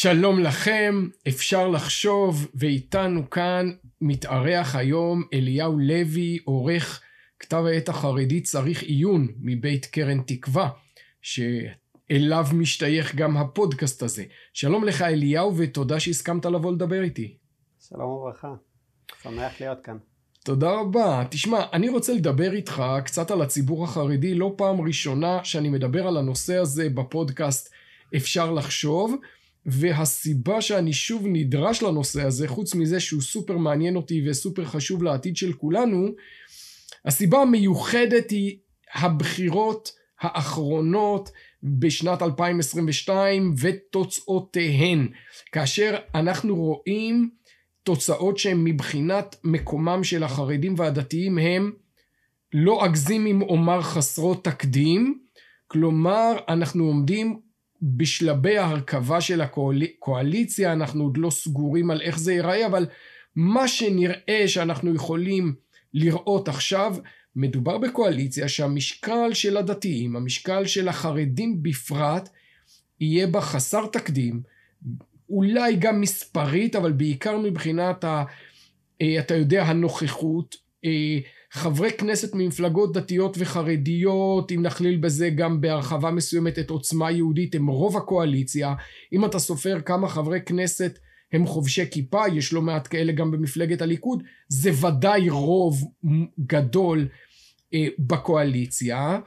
שלום לכם, אפשר לחשוב, ואיתנו כאן מתארח היום אליהו לוי, עורך כתב העת החרדי צריך עיון מבית קרן תקווה, שאליו משתייך גם הפודקאסט הזה. שלום לך אליהו ותודה שהסכמת לבוא לדבר איתי. שלום וברכה, שמח להיות כאן. תודה רבה. תשמע, אני רוצה לדבר איתך קצת על הציבור החרדי, לא פעם ראשונה שאני מדבר על הנושא הזה בפודקאסט אפשר לחשוב, והסיבה שאני שוב נדרש לנושא הזה, חוץ מזה שהוא סופר מעניין אותי וסופר חשוב לעתיד של כולנו, הסיבה המיוחדת היא הבחירות האחרונות בשנת 2022 ותוצאותיהן, כאשר אנחנו רואים תוצאות שהן מבחינת מקומם של החרדים והדתיים הם לא אגזים אם אומר חסרות תקדים, כלומר אנחנו עומדים בשלבי ההרכבה של הקואליציה, אנחנו עוד לא סגורים על איך זה ייראה, אבל מה שנראה שאנחנו יכולים לראות עכשיו, מדובר בקואליציה שהמשקל של הדתיים, המשקל של החרדים בפרט, יהיה בה חסר תקדים, אולי גם מספרית, אבל בעיקר מבחינת אתה יודע, הנוכחות, חברי כנסת ממפלגות דתיות וחרדיות, אם נכליל בזה גם בהרחבה מסוימת את עוצמה יהודית, הם רוב הקואליציה. אם אתה סופר כמה חברי כנסת הם חובשי כיפה, יש לא מעט כאלה גם במפלגת הליכוד, זה ודאי רוב גדול בקואליציה,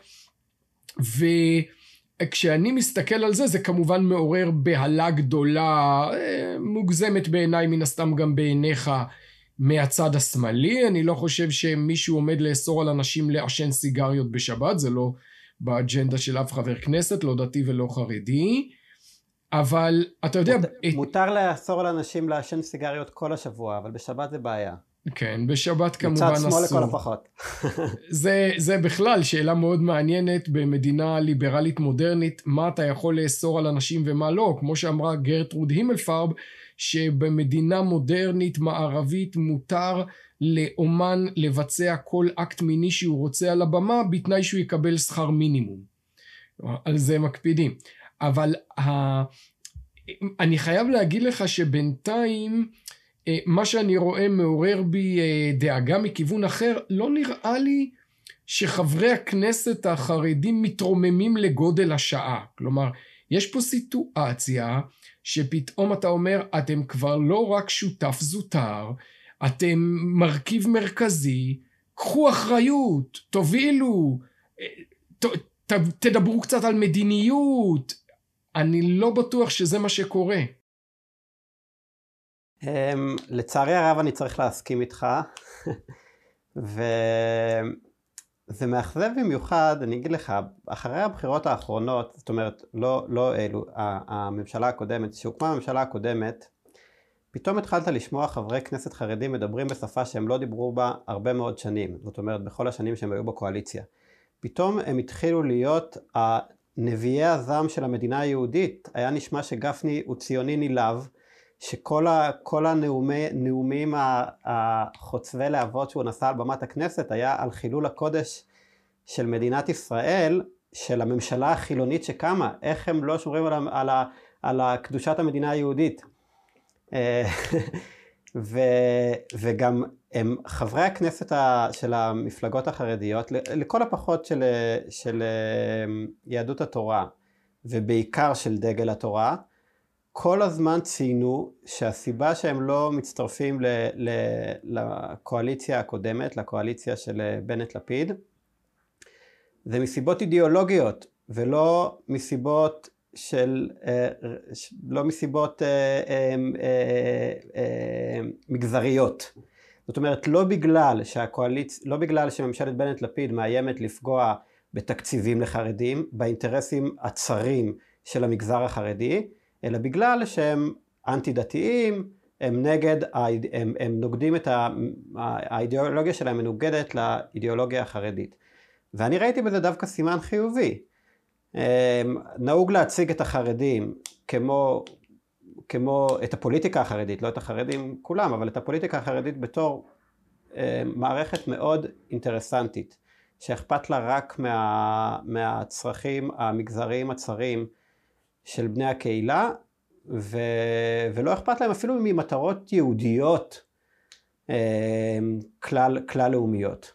וכשאני מסתכל על זה, זה כמובן מעורר בהלה גדולה, מוגזמת בעיניי מן הסתם גם בעיניך, מהצד השמאלי. אני לא חושב שמישהו עומד לאסור על אנשים לעשן סיגריות בשבת, זה לא באג'נדה של אף חבר כנסת, לא דתי ולא חרדי, אבל אתה יודע... מותר לאסור על אנשים לעשן סיגריות כל השבוע, אבל בשבת זה בעיה. כן, בשבת כמובן אסור. מצד שמאל לכל הפחות. זה בכלל שאלה מאוד מעניינת במדינה ליברלית מודרנית, מה אתה יכול לאסור על אנשים ומה לא, כמו שאמרה גרטרוד הימלפרב, שבמדינה מודרנית מערבית מותר לאומן לבצע כל אקט מיני שהוא רוצה על הבמה, בתנאי שהוא יקבל שכר מינימום. על זה מקפידים. אבל אני חייב להגיד לך שבינתיים, מה שאני רואה מעורר בי דאגה מכיוון אחר, לא נראה לי שחברי הכנסת החרדים מתרוממים לגודל השעה. כלומר, יש פה סיטואציה שפתאום אתה אומר, אתם כבר לא רק שותף זוטר, אתם מרכיב מרכזי, קחו אחריות, תובילו, תדברו קצת על מדיניות. אני לא בטוח שזה מה שקורה. לצערי הרב אני צריך להסכים איתך, וזה מאכזב במיוחד, אני אגיד לך, אחרי הבחירות האחרונות, זאת אומרת, לא אלו, הממשלה הקודמת, שהוקמה הממשלה הקודמת, פתאום התחלת לשמוע חברי כנסת חרדים מדברים בשפה שהם לא דיברו בה הרבה מאוד שנים, זאת אומרת, בכל השנים שהם היו בקואליציה. פתאום הם התחילו להיות נביאי הזעם של המדינה היהודית, היה נשמע שגפני הוא ציוני נלהב, שכל הנאומים החוצבי להבות שהוא נשא על במת הכנסת היה על חילול הקודש של מדינת ישראל, של הממשלה החילונית שקמה, איך הם לא שומרים על קדושת המדינה היהודית. וגם הם חברי הכנסת של המפלגות החרדיות, לכל הפחות של יהדות התורה, ובעיקר של דגל התורה, כל הזמן ציינו שהסיבה שהם לא מצטרפים לקואליציה הקודמת, לקואליציה של בנט לפיד, זה מסיבות אידיאולוגיות, ולא מסיבות מגזריות. זאת אומרת, לא בגלל שממשלת בנט לפיד מאיימת לפגוע בתקציבים לחרדים, באינטרסים הצרים של המגזר החרדי, אלא בגלל שהם אנטי דתיים, הם נוגדים האידיאולוגיה שלהם מנוגדת לאידיאולוגיה החרדית. ואני ראיתי בזה דווקא סימן חיובי. נהוג להציג את החרדים כמו את הפוליטיקה החרדית, לא את החרדים כולם, אבל את הפוליטיקה החרדית בתור מערכת מאוד אינטרסנטית, שאכפת לה רק מהצרכים המגזריים הצרים של בני הקהילה, ולא אכפת להם אפילו ממטרות יהודיות כלל לאומיות.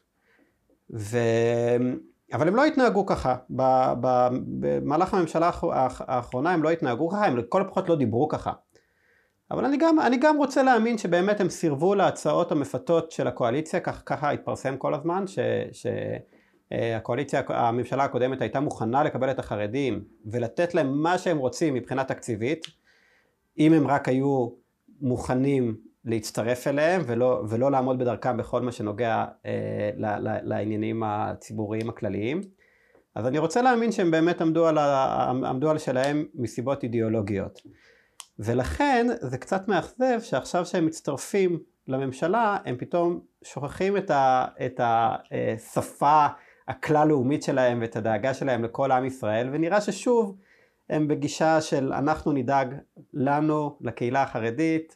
אבל הם לא התנהגו ככה, במהלך הממשלה האחרונה הם לא התנהגו ככה, הם לכל הפחות לא דיברו ככה. אבל אני גם רוצה להאמין שבאמת הם סירבו להצעות המפתות של הקואליציה, ככה התפרסם כל הזמן, שהקואליציה, הממשלה הקודמת הייתה מוכנה לקבל את החרדים, ולתת להם מה שהם רוצים מבחינה תקציבית, אם הם רק היו מוכנים להצטרף אליהם, ולא לעמוד בדרכם בכל מה שנוגע לעניינים הציבוריים הכלליים. אז אני רוצה להאמין שהם באמת עמדו על שלהם מסיבות אידיאולוגיות. ולכן זה קצת מאכזב שעכשיו שהם מצטרפים לממשלה, הם פתאום שוכחים את השפה הכלל לאומית שלהם ואת הדאגה שלהם לכל עם ישראל, ונראה ששוב הם בגישה של אנחנו נדאג לנו, לקהילה החרדית,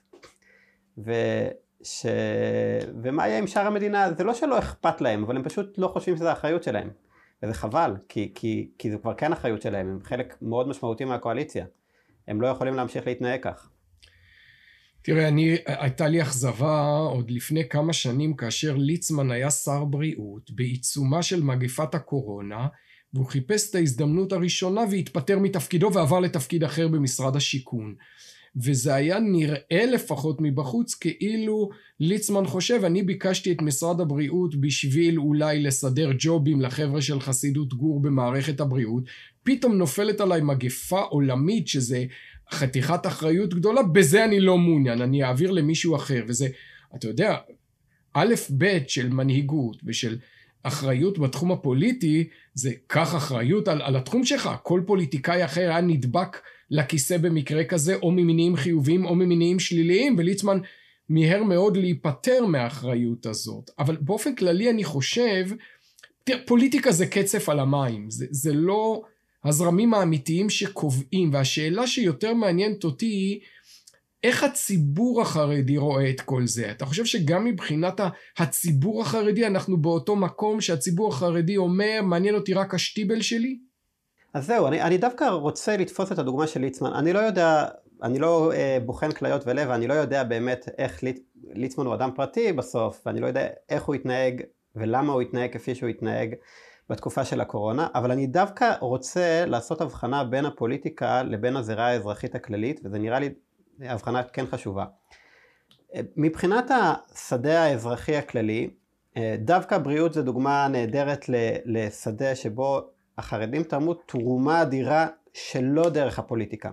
ומה יהיה עם שאר המדינה? זה לא שלא אכפת להם, אבל הם פשוט לא חושבים שזה האחריות שלהם. וזה חבל, כי זה כבר כן אחריות שלהם, הם חלק מאוד משמעותי מהקואליציה. הם לא יכולים להמשיך להתנהג כך. תראה, הייתה לי אכזבה עוד לפני כמה שנים, כאשר ליצמן היה שר בריאות, בעיצומה של מגפת הקורונה, והוא חיפש את ההזדמנות הראשונה והתפטר מתפקידו ועבר לתפקיד אחר במשרד השיכון. וזה היה נראה לפחות מבחוץ כאילו ליצמן חושב, אני ביקשתי את משרד הבריאות בשביל אולי לסדר ג'ובים לחבר'ה של חסידות גור במערכת הבריאות, פתאום נופלת עליי מגפה עולמית שזה חתיכת אחריות גדולה, בזה אני לא מעוניין, אני אעביר למישהו אחר, וזה, אתה יודע, א' ב' של מנהיגות ושל אחריות בתחום הפוליטי, זה כך אחריות על התחום שלך, כל פוליטיקאי אחר היה נדבק לכיסא במקרה כזה, או ממניעים חיוביים או ממניעים שליליים, וליצמן מיהר מאוד להיפטר מהאחריות הזאת. אבל באופן כללי אני חושב, פוליטיקה זה קצף על המים, זה לא הזרמים האמיתיים שקובעים, והשאלה שיותר מעניינת אותי היא, איך הציבור החרדי רואה את כל זה? אתה חושב שגם מבחינת הציבור החרדי אנחנו באותו מקום שהציבור החרדי אומר, מעניין אותי רק השטיבל שלי? אז זהו, אני דווקא רוצה לתפוס את הדוגמה של ליצמן. אני לא יודע, אני לא בוחן כליות ולב, אני לא יודע באמת איך ליצמן הוא אדם פרטי בסוף, ואני לא יודע איך הוא התנהג ולמה הוא התנהג כפי שהוא התנהג בתקופה של הקורונה, אבל אני דווקא רוצה לעשות הבחנה בין הפוליטיקה לבין הזירה האזרחית הכללית, וזה נראה לי הבחנה כן חשובה. מבחינת השדה האזרחי הכללי, דווקא בריאות זה דוגמה נהדרת לשדה שבו החרדים תרמו תרומה אדירה שלא דרך הפוליטיקה.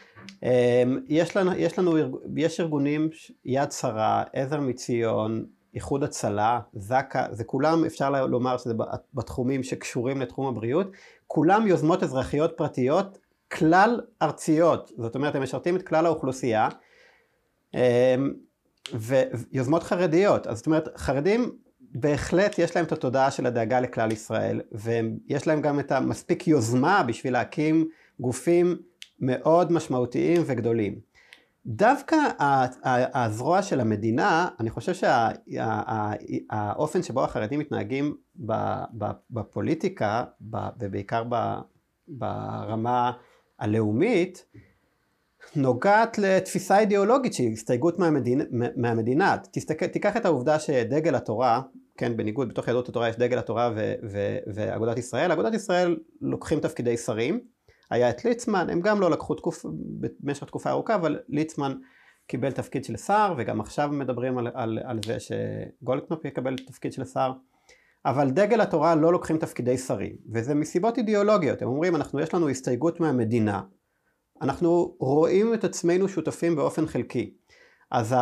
יש ארגונים, יד שרה, עזר מציון, איחוד הצלה, זקה, זה כולם אפשר לומר שזה בתחומים שקשורים לתחום הבריאות, כולם יוזמות אזרחיות פרטיות, כלל ארציות, זאת אומרת הם משרתים את כלל האוכלוסייה, ויוזמות חרדיות, אז זאת אומרת חרדים בהחלט יש להם את התודעה של הדאגה לכלל ישראל, ויש להם גם את המספיק יוזמה בשביל להקים גופים מאוד משמעותיים וגדולים. דווקא הזרוע של המדינה, אני חושב שהאופן שבו החרדים מתנהגים בפוליטיקה, ובעיקר ברמה הלאומית, נוגעת לתפיסה אידיאולוגית שהיא הסתייגות מהמדינה. תיקח את העובדה שדגל התורה, כן, בניגוד, בתוך יהדות התורה יש דגל התורה ואגודת ישראל. אגודת ישראל לוקחים תפקידי שרים, היה את ליצמן, הם גם לא לקחו במשך תקופה ארוכה, אבל ליצמן קיבל תפקיד של שר, וגם עכשיו מדברים על זה שגולדקנופ יקבל תפקיד של שר, אבל דגל התורה לא לוקחים תפקידי שרים, וזה מסיבות אידיאולוגיות. הם אומרים, יש לנו הסתייגות מהמדינה, אנחנו רואים את עצמנו שותפים באופן חלקי. אז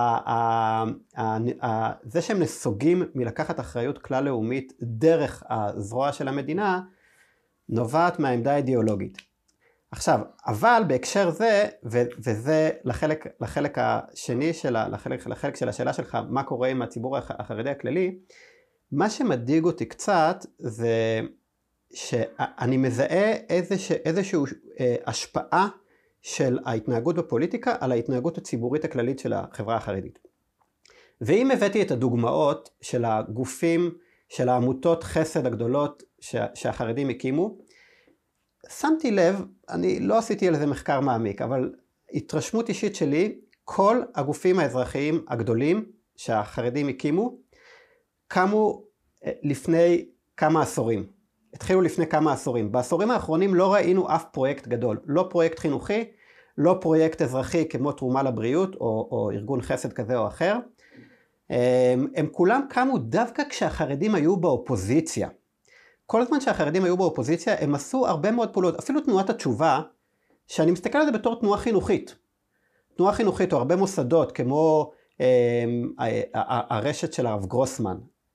זה שהם נסוגים מלקחת אחריות כלל לאומית דרך הזרוע של המדינה, נובעת מהעמדה האידיאולוגית. עכשיו, אבל בהקשר זה, וזה לחלק השני שלה, לחלק של השאלה שלך, מה קורה עם הציבור החרדי הכללי, מה שמדאיג אותי קצת זה שאני מזהה איזושהי השפעה של ההתנהגות בפוליטיקה על ההתנהגות הציבורית הכללית של החברה החרדית. ואם הבאתי את הדוגמאות של הגופים, של העמותות חסד הגדולות שהחרדים הקימו, שמתי לב, אני לא עשיתי על זה מחקר מעמיק, אבל התרשמות אישית שלי, כל הגופים האזרחיים הגדולים שהחרדים הקימו, קמו לפני כמה עשורים. התחילו לפני כמה עשורים. בעשורים האחרונים לא ראינו אף פרויקט גדול. לא פרויקט חינוכי, לא פרויקט אזרחי כמו תרומה לבריאות, או ארגון חסד כזה או אחר. הם כולם קמו דווקא כשהחרדים היו באופוזיציה. כל הזמן שהחרדים היו באופוזיציה, הם עשו הרבה מאוד פעולות. אפילו תנועת התשובה, שאני מסתכל על זה בתור תנועה חינוכית. תנועה חינוכית, או הרבה מוסדות, כמו הרשת של הרב גרוסמן.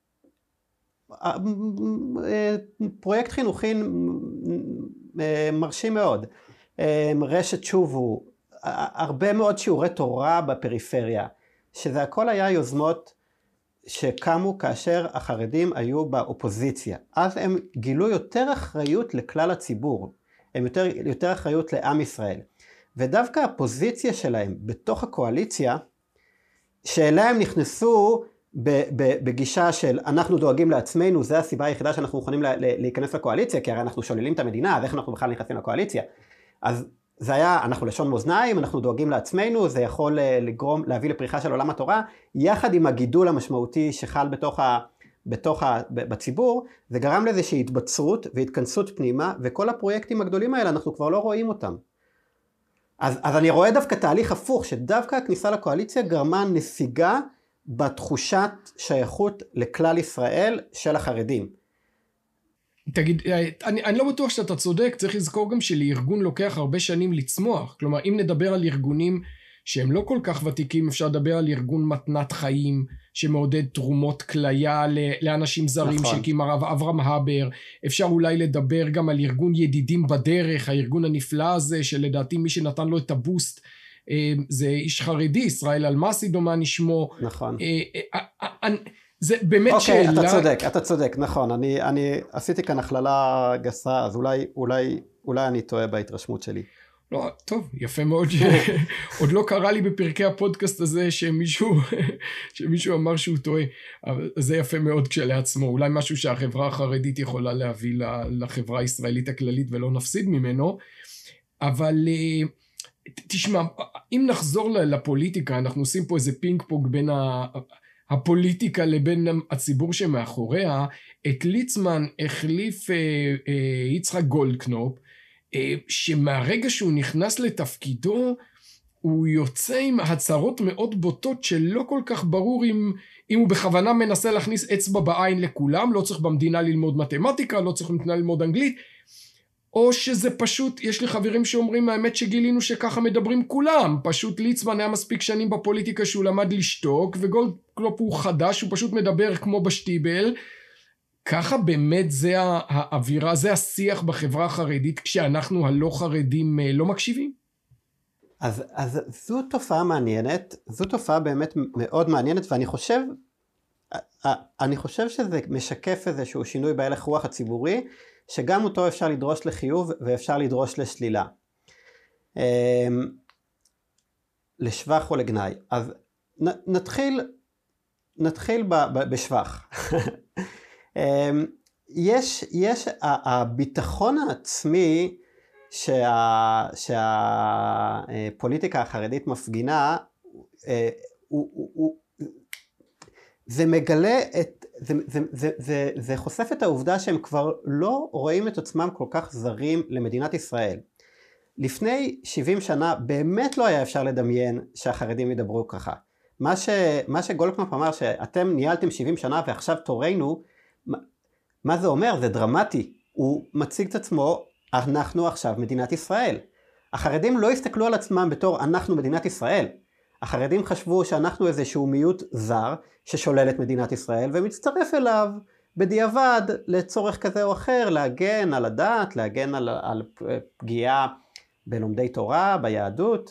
פרויקט חינוכי מרשים מאוד. רשת שובו, הרבה מאוד שיעורי תורה בפריפריה, שזה הכל היה יוזמות שקמו כאשר החרדים היו באופוזיציה. אז הם גילו יותר אחריות לכלל הציבור, הם יותר אחריות לעם ישראל. ודווקא הפוזיציה שלהם בתוך הקואליציה, שאליה הם נכנסו בגישה של אנחנו דואגים לעצמנו, זה הסיבה היחידה שאנחנו מוכנים להיכנס לקואליציה, כי הרי אנחנו שוללים את המדינה, אז איך אנחנו בכלל נכנסים לקואליציה? אז זה היה, אנחנו לשון מאזניים, אנחנו דואגים לעצמנו, זה יכול להביא לפריחה של עולם התורה, יחד עם הגידול המשמעותי שחל בציבור, זה גרם לאיזושהי התבצרות והתכנסות פנימה, וכל הפרויקטים הגדולים האלה אנחנו כבר לא רואים אותם. אז אני רואה דווקא תהליך הפוך, שדווקא הכניסה לקואליציה גרמה נסיגה בתחושת שייכות לכלל ישראל של החרדים. תגיד, אני לא בטוח שאתה צודק, צריך לזכור גם שלארגון לוקח הרבה שנים לצמוח. כלומר, אם נדבר על ארגונים שהם לא כל כך ותיקים, אפשר לדבר על ארגון מתנת חיים, שמעודד תרומות כליה לאנשים זרים, נכון. שהקים הרב אברהם הבר. אפשר אולי לדבר גם על ארגון ידידים בדרך, הארגון הנפלא הזה, שלדעתי מי שנתן לו את הבוסט, זה איש חרדי, ישראל אלמסי דומה נשמו. נכון. זה באמת שאלה... אוקיי, אתה צודק, נכון. אני עשיתי כאן הכללה גסה, אז אולי אני טועה בהתרשמות שלי. לא, טוב, יפה מאוד. עוד לא קרה לי בפרקי הפודקאסט הזה שמישהו אמר שהוא טועה. אבל זה יפה מאוד כשלעצמו. אולי משהו שהחברה החרדית יכולה להביא לחברה הישראלית הכללית ולא נפסיד ממנו. אבל תשמע, אם נחזור לפוליטיקה, אנחנו עושים פה איזה פינג פונג בין הפוליטיקה לבין הציבור שמאחוריה. את ליצמן החליף יצחק גולדקנופ, שמהרגע שהוא נכנס לתפקידו, הוא יוצא עם הצהרות מאוד בוטות שלא כל כך ברור אם הוא בכוונה מנסה להכניס אצבע בעין לכולם, לא צריך במדינה ללמוד מתמטיקה, לא צריך במדינה ללמוד אנגלית, או שזה פשוט, יש לי חברים שאומרים האמת שגילינו שככה מדברים כולם, פשוט ליצמן היה מספיק שנים בפוליטיקה שהוא למד לשתוק, וגולדקנופ הוא חדש, הוא פשוט מדבר כמו בשטיבל, ככה באמת זה האווירה, זה השיח בחברה החרדית, כשאנחנו הלא חרדים לא מקשיבים? אז זו תופעה מעניינת, זו תופעה באמת מאוד מעניינת, ואני חושב שזה משקף איזשהו שינוי בהלך רוח הציבורי, שגם אותו אפשר לדרוש לחיוב ואפשר לדרוש לשלילה. לשבח או לגנאי. אז נתחיל בשבח. יש הביטחון העצמי שהפוליטיקה החרדית מפגינה, זה מגלה זה חושף את העובדה שהם כבר לא רואים את עצמם כל כך זרים למדינת ישראל. לפני 70 שנה באמת לא היה אפשר לדמיין שהחרדים ידברו ככה. מה שגולדקנופ אמר שאתם ניהלתם 70 שנה ועכשיו תורנו, מה זה אומר? זה דרמטי. הוא מציג את עצמו, אנחנו עכשיו מדינת ישראל. החרדים לא הסתכלו על עצמם בתור אנחנו מדינת ישראל. החרדים חשבו שאנחנו איזשהו מיעוט זר ששולל את מדינת ישראל ומצטרף אליו בדיעבד לצורך כזה או אחר, להגן על הדת, להגן על פגיעה בלומדי תורה, ביהדות.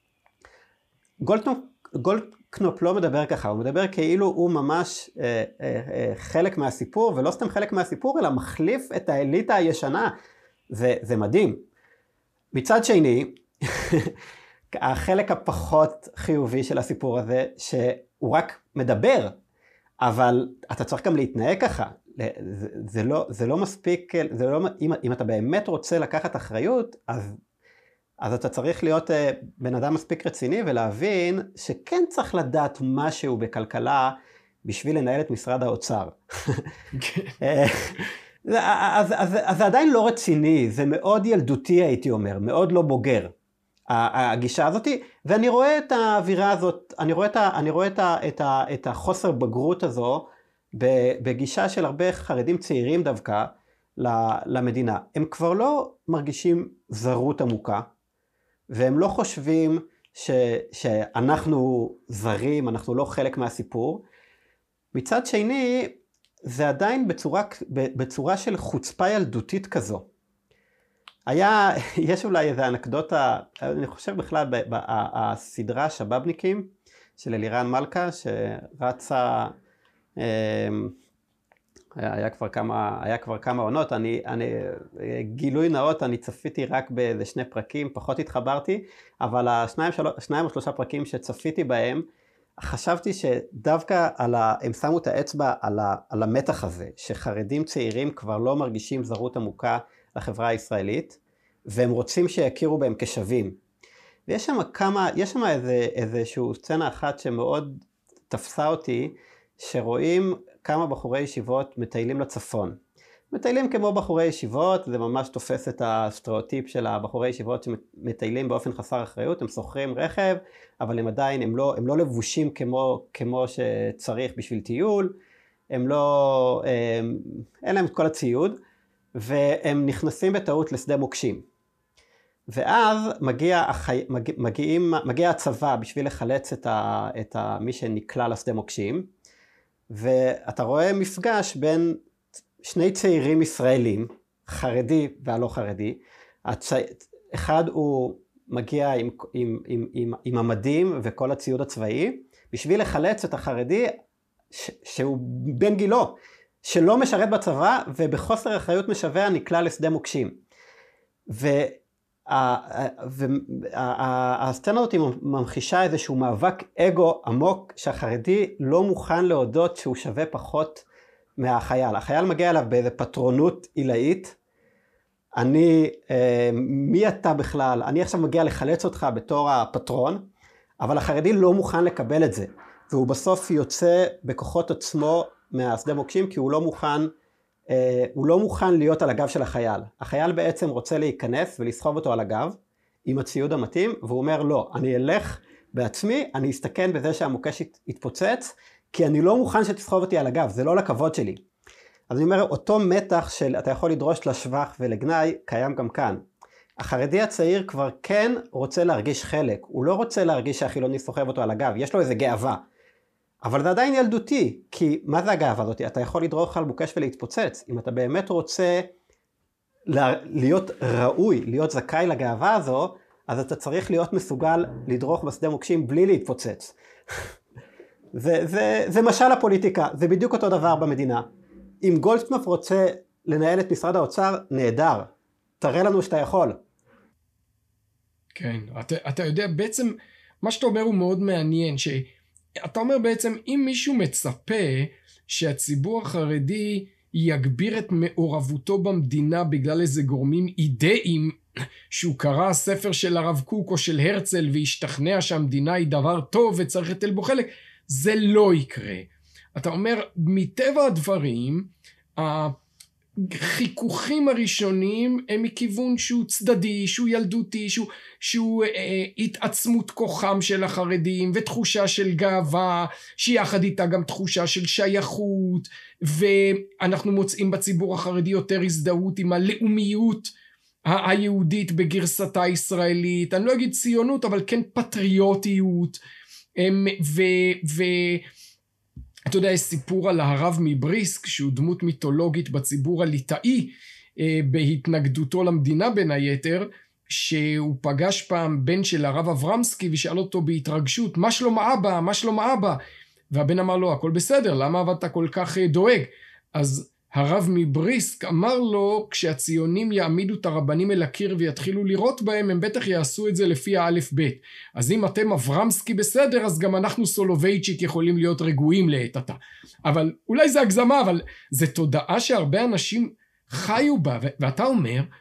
גולדקנופ לא מדבר ככה, הוא מדבר כאילו הוא ממש חלק מהסיפור, ולא סתם חלק מהסיפור, אלא מחליף את האליטה הישנה. זה מדהים. מצד שני, החלק הפחות חיובי של הסיפור הזה, שהוא רק מדבר, אבל אתה צריך גם להתנהג ככה. זה לא מספיק, אם אתה באמת רוצה לקחת אחריות, אז אז אתה צריך להיות בן אדם מספיק רציני ולהבין שכן צריך לדעת משהו בכלכלה בשביל לנהל את משרד האוצר. אז זה עדיין לא רציני, זה מאוד ילדותי הייתי אומר, מאוד לא בוגר, הגישה הזאת, ואני רואה את האווירה הזאת, אני רואה את החוסר בגרות הזו, בגישה של הרבה חרדים צעירים דווקא למדינה. הם כבר לא מרגישים זרות עמוקה, והם לא חושבים שאנחנו זרים, אנחנו לא חלק מהסיפור. מצד שני, זה עדיין בצורה של חוצפה ילדותית כזו. יש אולי איזו אנקדוטה, אני חושב בכלל הסדרה שבאבניקים של אלירן מלכה, שרצה, היה כבר כמה עונות, גילוי נאות, אני צפיתי רק באיזה 2 פרקים, פחות התחברתי, אבל 2 או 3 פרקים שצפיתי בהם, חשבתי שדווקא הם שמו את האצבע על המתח הזה, שחרדים צעירים כבר לא מרגישים זרות עמוקה לחברה הישראלית, והם רוצים שיכירו בהם כשווים. ויש שם איזשהו סצנה אחת שמאוד תפסה אותי, שרואים כמה בחורי ישיבות מטיילים לצפון. מטיילים כמו בחורי ישיבות, זה ממש תופס את הסטריאוטיפ של הבחורי ישיבות שמטיילים באופן חסר אחריות, הם שוכרים רכב, אבל הם עדיין, הם לא לבושים כמו שצריך בשביל טיול, אין להם את כל הציוד, והם נכנסים בטעות לשדה מוקשים. ואז מגיע הצבא בשביל לחלץ את מי שנקלע לשדה מוקשים, ואתה רואה מפגש בין 2 צעירים ישראלים, חרדי והלא חרדי, אחד הוא מגיע עם המדים וכל הציוד הצבאי, בשביל לחלץ את החרדי שהוא בן גילו, שלא משרת בצבא ובחוסר אחריות משווע נקלע לשדה מוקשים. הסצנה הזאת ממחישה איזשהו מאבק אגו עמוק שהחרדי לא מוכן להודות שהוא שווה פחות מהחייל. החייל מגיע אליו באיזו פטרונות עילאית, מי אתה בכלל? אני עכשיו מגיע לחלץ אותך בתור הפטרון, אבל החרדי לא מוכן לקבל את זה, והוא בסוף יוצא בכוחות עצמו מהשדה מוקשים, כי הוא לא מוכן להיות על הגב של החייל. החייל בעצם רוצה להיכנס ולסחוב אותו על הגב, עם הציוד המתאים, והוא אומר לא, אני אלך בעצמי, אני אסתכן בזה שהמוקש יתפוצץ, כי אני לא מוכן שתסחוב אותי על הגב, זה לא לכבוד שלי. אז אני אומר, אותו מתח של אתה יכול לדרוש לשבח ולגנאי, קיים גם כאן. החרדי הצעיר כבר כן רוצה להרגיש חלק, הוא לא רוצה להרגיש שהחילוני סוחב אותו על הגב, יש לו איזה גאווה. אבל זה עדיין ילדותי, כי מה זה הגאווה הזאת? אתה יכול לדרוך על מוקש ולהתפוצץ. אם אתה באמת רוצה להיות ראוי, להיות זכאי לגאווה הזו, אז אתה צריך להיות מסוגל לדרוך בשדה מוקשים בלי להתפוצץ. זה משל הפוליטיקה, זה בדיוק אותו דבר במדינה. אם גולדקנופ רוצה לנהל את משרד האוצר, נהדר. תראה לנו שאתה יכול. כן, אתה יודע, בעצם מה שאתה אומר הוא מאוד מעניין, אתה אומר בעצם, אם מישהו מצפה שהציבור החרדי יגביר את מעורבותו במדינה בגלל איזה גורמים אידאיים, שהוא קרא ספר של הרב קוק או של הרצל והשתכנע שהמדינה היא דבר טוב וצריך לתל בו חלק, זה לא יקרה. אתה אומר, מטבע הדברים, החיכוכים הראשונים הם מכיוון שהוא צדדי, שהוא ילדותי, שהוא התעצמות כוחם של החרדים ותחושה של גאווה, שיחד איתה גם תחושה של שייכות, ואנחנו מוצאים בציבור החרדי יותר הזדהות עם הלאומיות היהודית בגרסתה הישראלית, אני לא אגיד ציונות אבל כן פטריוטיות, אתה יודע, יש סיפור על הרב מבריסק, שהוא דמות מיתולוגית בציבור הליטאי, בהתנגדותו למדינה בין היתר, שהוא פגש פעם בן של הרב אברמסקי, ושאל אותו בהתרגשות, מה שלום האבא? מה שלום האבא? והבן אמר לו, הכל בסדר, למה אתה כל כך דואג? אז הרב מבריסק אמר לו, כשהציונים יעמידו את הרבנים אל הקיר ויתחילו לראות בהם, הם בטח יעשו את זה לפי האלף בית. אז אם אתם אברמסקי בסדר, אז גם אנחנו סולובייצ'יק יכולים להיות רגועים לעת עתה. אבל אולי זה הגזמה, אבל זה תודעה שהרבה אנשים חיו בה, ואתה אומר,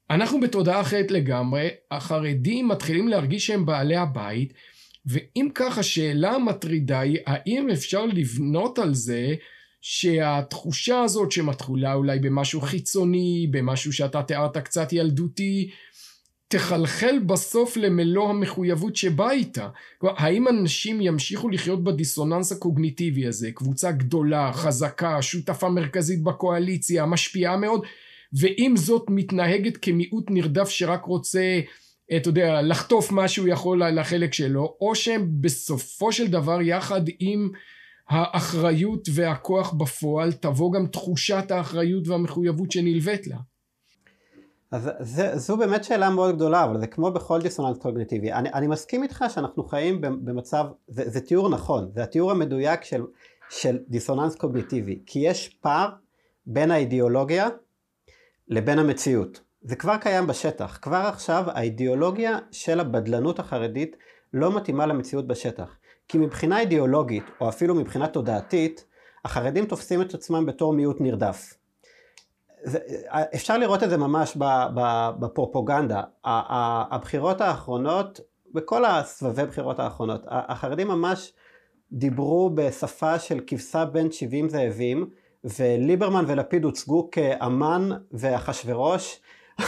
אנחנו בתודעה אחרת לגמרי, החרדים מתחילים להרגיש שהם בעלי הבית, ואם כך השאלה המטרידה היא, האם אפשר לבנות על זה שהתחושה הזאת שמתחילה אולי במשהו חיצוני, במשהו שאתה תיארת קצת ילדותי, תחלחל בסוף למלוא המחויבות שבא איתה. כלומר, האם אנשים ימשיכו לחיות בדיסוננס הקוגניטיבי הזה, קבוצה גדולה, חזקה, שותפה מרכזית בקואליציה, משפיעה מאוד, ואם זאת מתנהגת כמיעוט נרדף שרק רוצה, אתה יודע, לחטוף מה שהוא יכול לחלק שלו, או שהם בסופו של דבר יחד עם האחריות והכוח בפועל, תבוא גם תחושת האחריות והמחויבות שנלווית לה. אז זו באמת שאלה מאוד גדולה, אבל זה כמו בכל דיסוננס קוגניטיבי. אני מסכים איתך שאנחנו חיים במצב, זה תיאור נכון, זה התיאור המדויק של דיסוננס קוגניטיבי, כי יש פער בין האידיאולוגיה לבין המציאות. זה כבר קיים בשטח, כבר עכשיו האידיאולוגיה של הבדלנות החרדית לא מתאימה למציאות בשטח. כי מבחינה אידיאולוגית, או אפילו מבחינה תודעתית, החרדים תופסים את עצמם בתור מיעוט נרדף. אפשר לראות את זה ממש בפרופוגנדה. הבחירות האחרונות, בכל הסבבי בחירות האחרונות, החרדים ממש דיברו בשפה של כבשה בין 70 זאבים, וליברמן ולפיד הוצגו כאמן ואחשוורוש,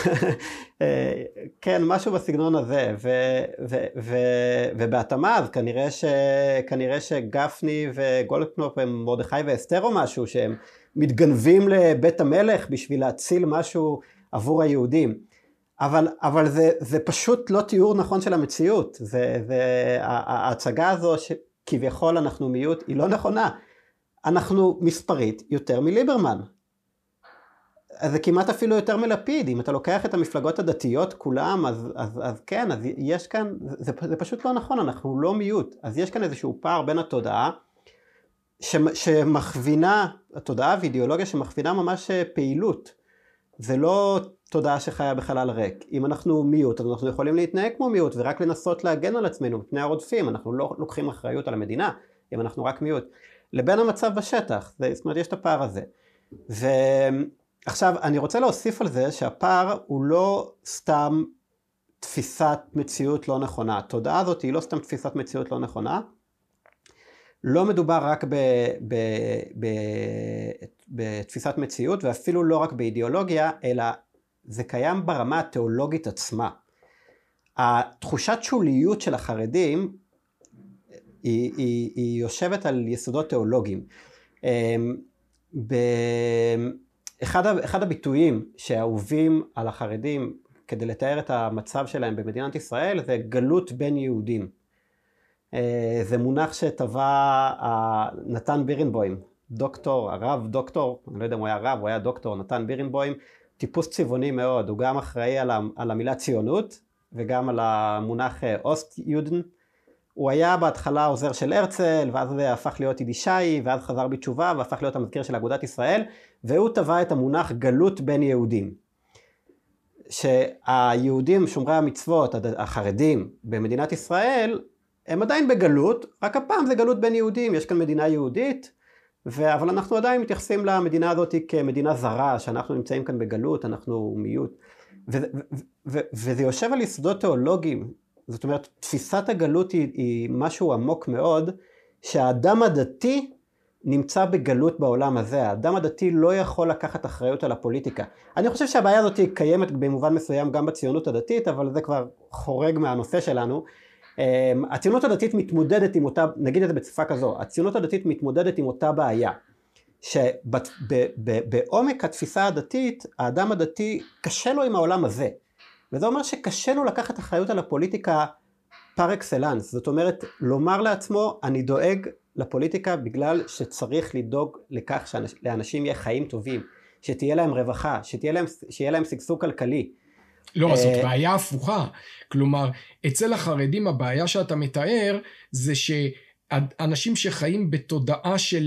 כן, משהו בסגנון הזה, ובהתאמה, אז כנראה שגפני וגולדקנופ הם מרדכי ואסתר או משהו, שהם מתגנבים לבית המלך בשביל להציל משהו עבור היהודים. אבל זה פשוט לא תיאור נכון של המציאות. ההצגה הזו שכביכול אנחנו מיעוט היא לא נכונה. אנחנו מספרית יותר מליברמן. אז זה כמעט אפילו יותר מלפיד. אם אתה לוקח את המפלגות הדתיות כולם, אז כן, אז יש כאן, זה פשוט לא נכון, אנחנו לא מיעוט. אז יש כאן איזשהו פער בין התודעה, שמכווינה, התודעה ואידיאולוגיה שמכווינה ממש פעילות. זה לא תודעה שחיה בחלל ריק. אם אנחנו מיעוט, אז אנחנו יכולים להתנהג כמו מיעוט, ורק לנסות להגן על עצמנו מפני הרודפים. אנחנו לא לוקחים אחריות על המדינה, אם אנחנו רק מיעוט. לבין המצב בשטח, זאת אומרת, יש את הפער הזה. ועכשיו, אני רוצה להוסיף על זה שהפער הוא לא סתם תפיסת מציאות לא נכונה. התודעה הזאת היא לא סתם תפיסת מציאות לא נכונה. לא מדובר רק בתפיסת מציאות, ואפילו לא רק באידיאולוגיה, אלא זה קיים ברמה התיאולוגית עצמה. התחושת שוליות של החרדים, היא יושבת על יסודות תיאולוגיים. אחד הביטויים שאהובים על החרדים, כדי לתאר את המצב שלהם במדינת ישראל, זה גלות בין יהודים. זה מונח שטבע נתן בירנבוים, דוקטור, הרב דוקטור, אני לא יודע אם הוא היה רב, הוא היה דוקטור, נתן בירנבוים, טיפוס צבעוני מאוד, הוא גם אחראי על המילה ציונות, וגם על המונח אוסט יודן. הוא היה בהתחלה עוזר של הרצל, ואז זה הפך להיות יידישאי, ואז חזר בתשובה, והפך להיות המזכיר של אגודת ישראל, והוא טבע את המונח גלות בין יהודים. שהיהודים שומרי המצוות, החרדים במדינת ישראל, הם עדיין בגלות, רק הפעם זה גלות בין יהודים, יש כאן מדינה יהודית, אבל אנחנו עדיין מתייחסים למדינה הזאת כמדינה זרה, שאנחנו נמצאים כאן בגלות, אנחנו מיעוט. וזה יושב על יסודות תיאולוגיים, זאת אומרת, תפיסת הגלות היא משהו עמוק מאוד, שהאדם הדתי נמצא בגלות בעולם הזה, האדם הדתי לא יכול לקחת אחריות על הפוליטיקה. אני חושב שהבעיה הזאת קיימת במובן מסוים גם בציונות הדתית, אבל זה כבר חורג מהנושא שלנו. הציונות הדתית מתמודדת עם אותה, נגיד את זה בצפה כזו, הציונות הדתית מתמודדת עם אותה בעיה, שבעומק התפיסה הדתית, האדם הדתי קשה לו עם העולם הזה, וזה אומר שקשה לו לקחת אחריות על הפוליטיקה פר אקסלנס, זאת אומרת, לומר לעצמו, אני דואג לפוליטיקה בגלל שצריך לדאוג לכך שלאנשים יהיה חיים טובים, שתהיה להם רווחה, שיהיה להם שגשוג כלכלי. לא, זאת בעיה הפוכה. כלומר, אצל החרדים הבעיה שאתה מתאר, זה שאנשים שחיים בתודעה של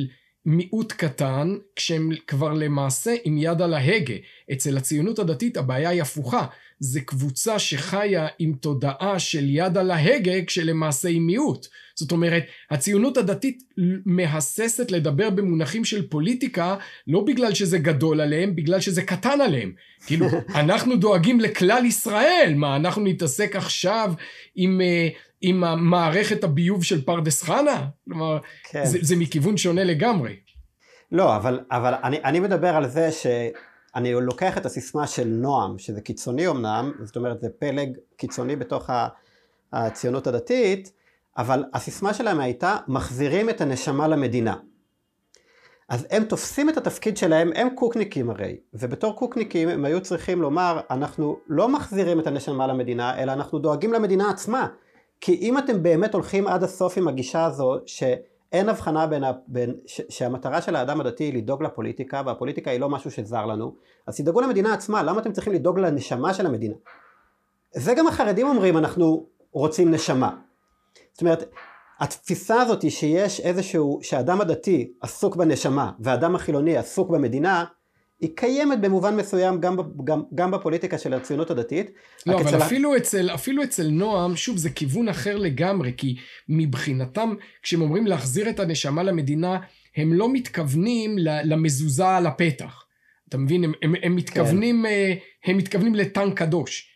מיעוט קטן, כשהם כבר למעשה עם יד על ההגה. אצל הציונות הדתית הבעיה היא הפוכה. זה קבוצה שחיה עם תודעה של יד על ההגה, כשלמעשה היא מיעוט. זאת אומרת, הציונות הדתית מהססת לדבר במונחים של פוליטיקה, לא בגלל שזה גדול עליהם, בגלל שזה קטן עליהם. כאילו, אנחנו דואגים לכלל ישראל, מה, אנחנו נתעסק עכשיו עם המערכת הביוב של פרדס חנה? כלומר, כן. זה מכיוון שונה לגמרי. לא, אבל אני מדבר על זה שאני לוקח את הסיסמה של נועם, שזה קיצוני אמנם, זאת אומרת, זה פלג קיצוני בתוך הציונות הדתית, אבל הסיסמה שלהם הייתה, מחזירים את הנשמה למדינה. אז הם תופסים את התפקיד שלהם, הם קוקניקים הרי, ובתור קוקניקים הם היו צריכים לומר, אנחנו לא מחזירים את הנשמה למדינה, אלא אנחנו דואגים למדינה עצמה. כי אם אתם באמת הולכים עד הסוף עם הגישה הזו, שאין הבחנה שהמטרה של האדם הדתי היא לדאוג לפוליטיקה, והפוליטיקה היא לא משהו שזר לנו, אז תדאגו למדינה עצמה, למה אתם צריכים לדאוג לנשמה של המדינה? זה גם החרדים אומרים, אנחנו רוצים נשמה. זאת אומרת, התפיסה הזאת היא שיש איזשהו, שהאדם הדתי עסוק בנשמה, והאדם החילוני עסוק במדינה, היא קיימת במובן מסוים גם בפוליטיקה של הציונות הדתית. לא, אבל אפילו אצל נועם, שוב, זה כיוון אחר לגמרי, כי מבחינתם, כשהם אומרים להחזיר את הנשמה למדינה, הם לא מתכוונים למזוזה על הפתח. אתה מבין? הם מתכוונים לטנק קדוש.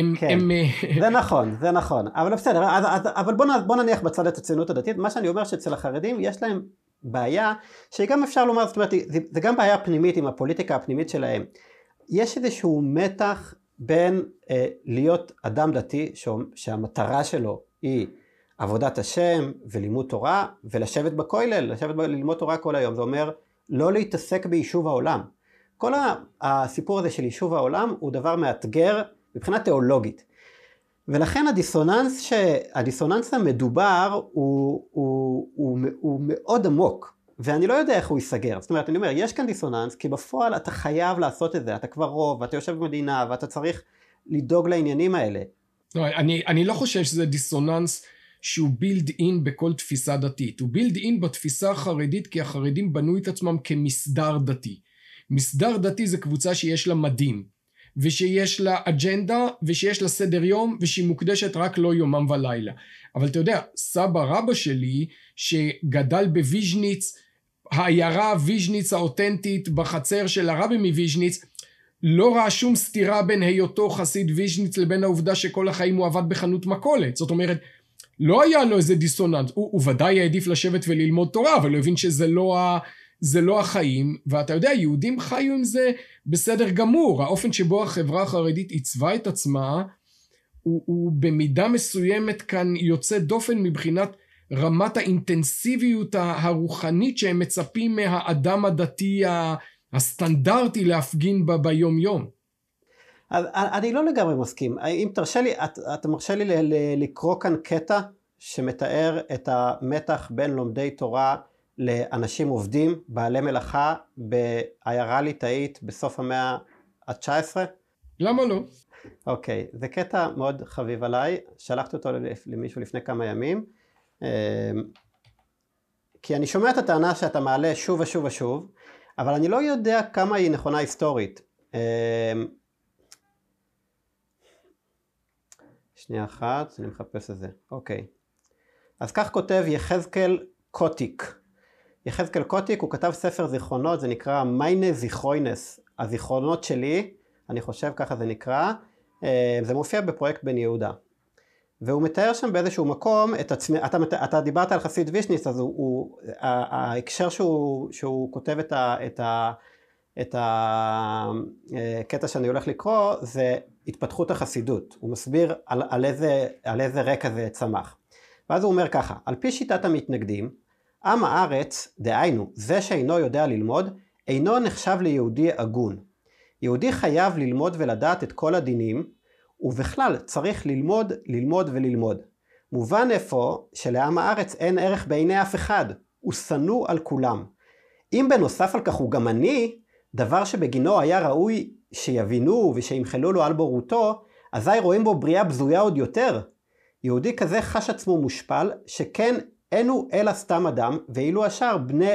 זה נכון, אבל בסדר, אבל בוא נניח בצד את הציונות הדתית. מה שאני אומר שאצל החרדים יש להם בעיה, שגם אפשר לומר, זאת אומרת, זה גם בעיה פנימית עם הפוליטיקה הפנימית שלהם. יש איזשהו מתח בין להיות אדם דתי, שהמטרה שלו היא עבודת השם ולימוד תורה, ולשבת בכולל, ללמוד תורה כל היום. זה אומר לא להתעסק ביישוב העולם. כל הסיפור הזה של יישוב העולם הוא דבר מאתגר מבחינה תיאולוגית. ולכן הדיסוננס המדובר הוא מאוד עמוק, ואני לא יודע איך הוא ייסגר. זאת אומרת, אני אומר, יש כאן דיסוננס, כי בפועל אתה חייב לעשות את זה, אתה כבר רוב, ואתה יושב במדינה, ואתה צריך לדאוג לעניינים האלה. לא, אני לא חושב שזה דיסוננס שהוא בילד אין בכל תפיסה דתית. הוא בילד אין בתפיסה החרדית, כי החרדים בנו את עצמם כמסדר דתי. מסדר דתי זה קבוצה שיש לה מדים. ושיש לה אג'נדה, ושיש לה סדר יום, ושהיא מוקדשת רק לא יומם ולילה. אבל אתה יודע, סבא רבא שלי, שגדל בוויז'ניץ, העיירה ויז'ניץ האותנטית, בחצר של הרבי מוויז'ניץ, לא ראה שום סתירה בין היותו חסיד ויז'ניץ, לבין העובדה שכל החיים הוא עבד בחנות מכולת. זאת אומרת, לא היה לו איזה דיסוננס, הוא ודאי העדיף לשבת וללמוד תורה, אבל הוא הבין שזה לא החיים, ואתה יודע, יהודים חיו עם זה בסדר גמור. האופן שבו החברה החרדית עיצבה את עצמה, הוא במידה מסוימת כאן יוצא דופן מבחינת רמת האינטנסיביות הרוחנית שהם מצפים מהאדם הדתי הסטנדרטי להפגין ביום יום. אני לא לגמרי מסכים. אם תרשה לי, אתה מרשה לי לקרוא כאן קטע שמתאר את המתח בין לומדי תורה לאנשים עובדים, בעלי מלאכה, בעיירה ליטאית בסוף המאה ה-19? למה לא? אוקיי, זה קטע מאוד חביב עליי, שלחתי אותו למישהו לפני כמה ימים, כי אני שומע את הטענה שאתה מעלה שוב ושוב ושוב, אבל אני לא יודע כמה היא נכונה היסטורית. שנייה אחת, אני מחפש את זה. אוקיי. אז כך כותב יחזקאל קוטיק. יחזקאל קוטיק, הוא כתב ספר זיכרונות, זה נקרא מיינה זיכרוינס, הזיכרונות שלי, אני חושב ככה זה נקרא, זה מופיע בפרויקט בן יהודה. והוא מתאר שם באיזשהו מקום את עצמי, אתה דיברת על חסיד ויז'ניץ, אז ההקשר שהוא כותב את הקטע שאני הולך לקרוא, זה התפתחות החסידות. הוא מסביר על איזה רקע זה צמח. ואז הוא אומר ככה, על פי שיטת המתנגדים, עם הארץ, דהיינו, זה שאינו יודע ללמוד, אינו נחשב ליהודי הגון. יהודי חייב ללמוד ולדעת את כל הדינים, ובכלל צריך ללמוד, ללמוד וללמוד. מובן איפה שלעם הארץ אין ערך בעיני אף אחד, הוא שנוא על כולם. אם בנוסף על כך הוא גם עני, דבר שבגינו היה ראוי שיבינו ושימחלו לו על בורותו, אזי רואים בו בריאה בזויה עוד יותר. יהודי כזה חש עצמו מושפל, שכן אינו אלא סתם אדם, ואילו השאר בני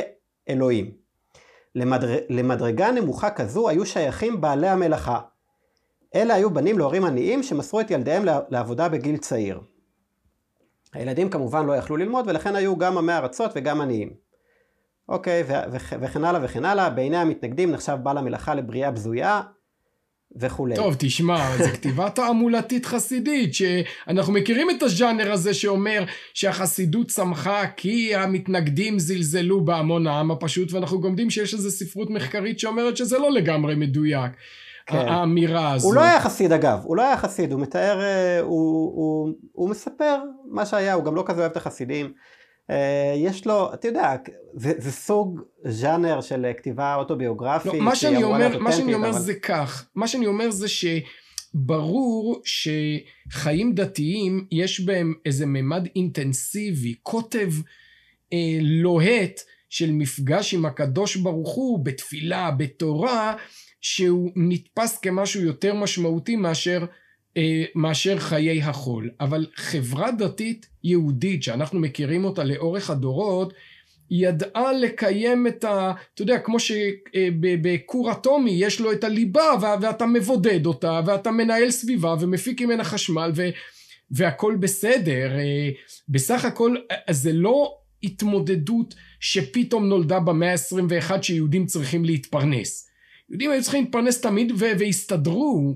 אלוהים. למדרגה נמוכה כזו היו שייכים בעלי המלאכה. אלה היו בנים להורים עניים שמסרו את ילדיהם לעבודה בגיל צעיר. הילדים כמובן לא יכלו ללמוד ולכן היו גם עמי ארצות וגם עניים. אוקיי, וכן הלאה וכן הלאה. בעיני המתנגדים נחשב בעל המלאכה לבריאה בזויה וכו'. טוב, תשמע, זה כתיבה תעמולתית חסידית, שאנחנו מכירים את הז'אנר הזה שאומר שהחסידות צמחה כי המתנגדים זלזלו בהמון העם הפשוט, ואנחנו גם יודעים שיש איזו ספרות מחקרית שאומרת שזה לא לגמרי מדויק. כן. האמירה הזו. הוא לא היה חסיד אגב, הוא לא היה חסיד, הוא מתאר, הוא מספר מה שהיה, הוא גם לא כזה אוהב את החסידים. יש לו, אתה יודע, זה סוג ז'אנר של כתיבה אוטוביוגרפית. לא, מה שאני אומר זה כך, מה שאני אומר זה שברור שחיים דתיים יש בהם איזה ממד אינטנסיבי, כותב לוהט של מפגש עם הקדוש ברוך הוא בתפילה, בתורה, שהוא נתפס כמשהו יותר משמעותי מאשר חיי החול. אבל חברה דתית יהודית שאנחנו מכירים אותה לאורך הדורות, ידעה לקיים את אתה יודע, כמו שבקור אטומי יש לו את הליבה ואתה מבודד אותה ואתה מנהל סביבה ומפיק ממנה חשמל והכל בסדר. בסך הכל זה לא התמודדות שפתאום נולדה במאה ה-21 שיהודים צריכים להתפרנס. יהודים היו צריכים להתפרנס תמיד והסתדרו,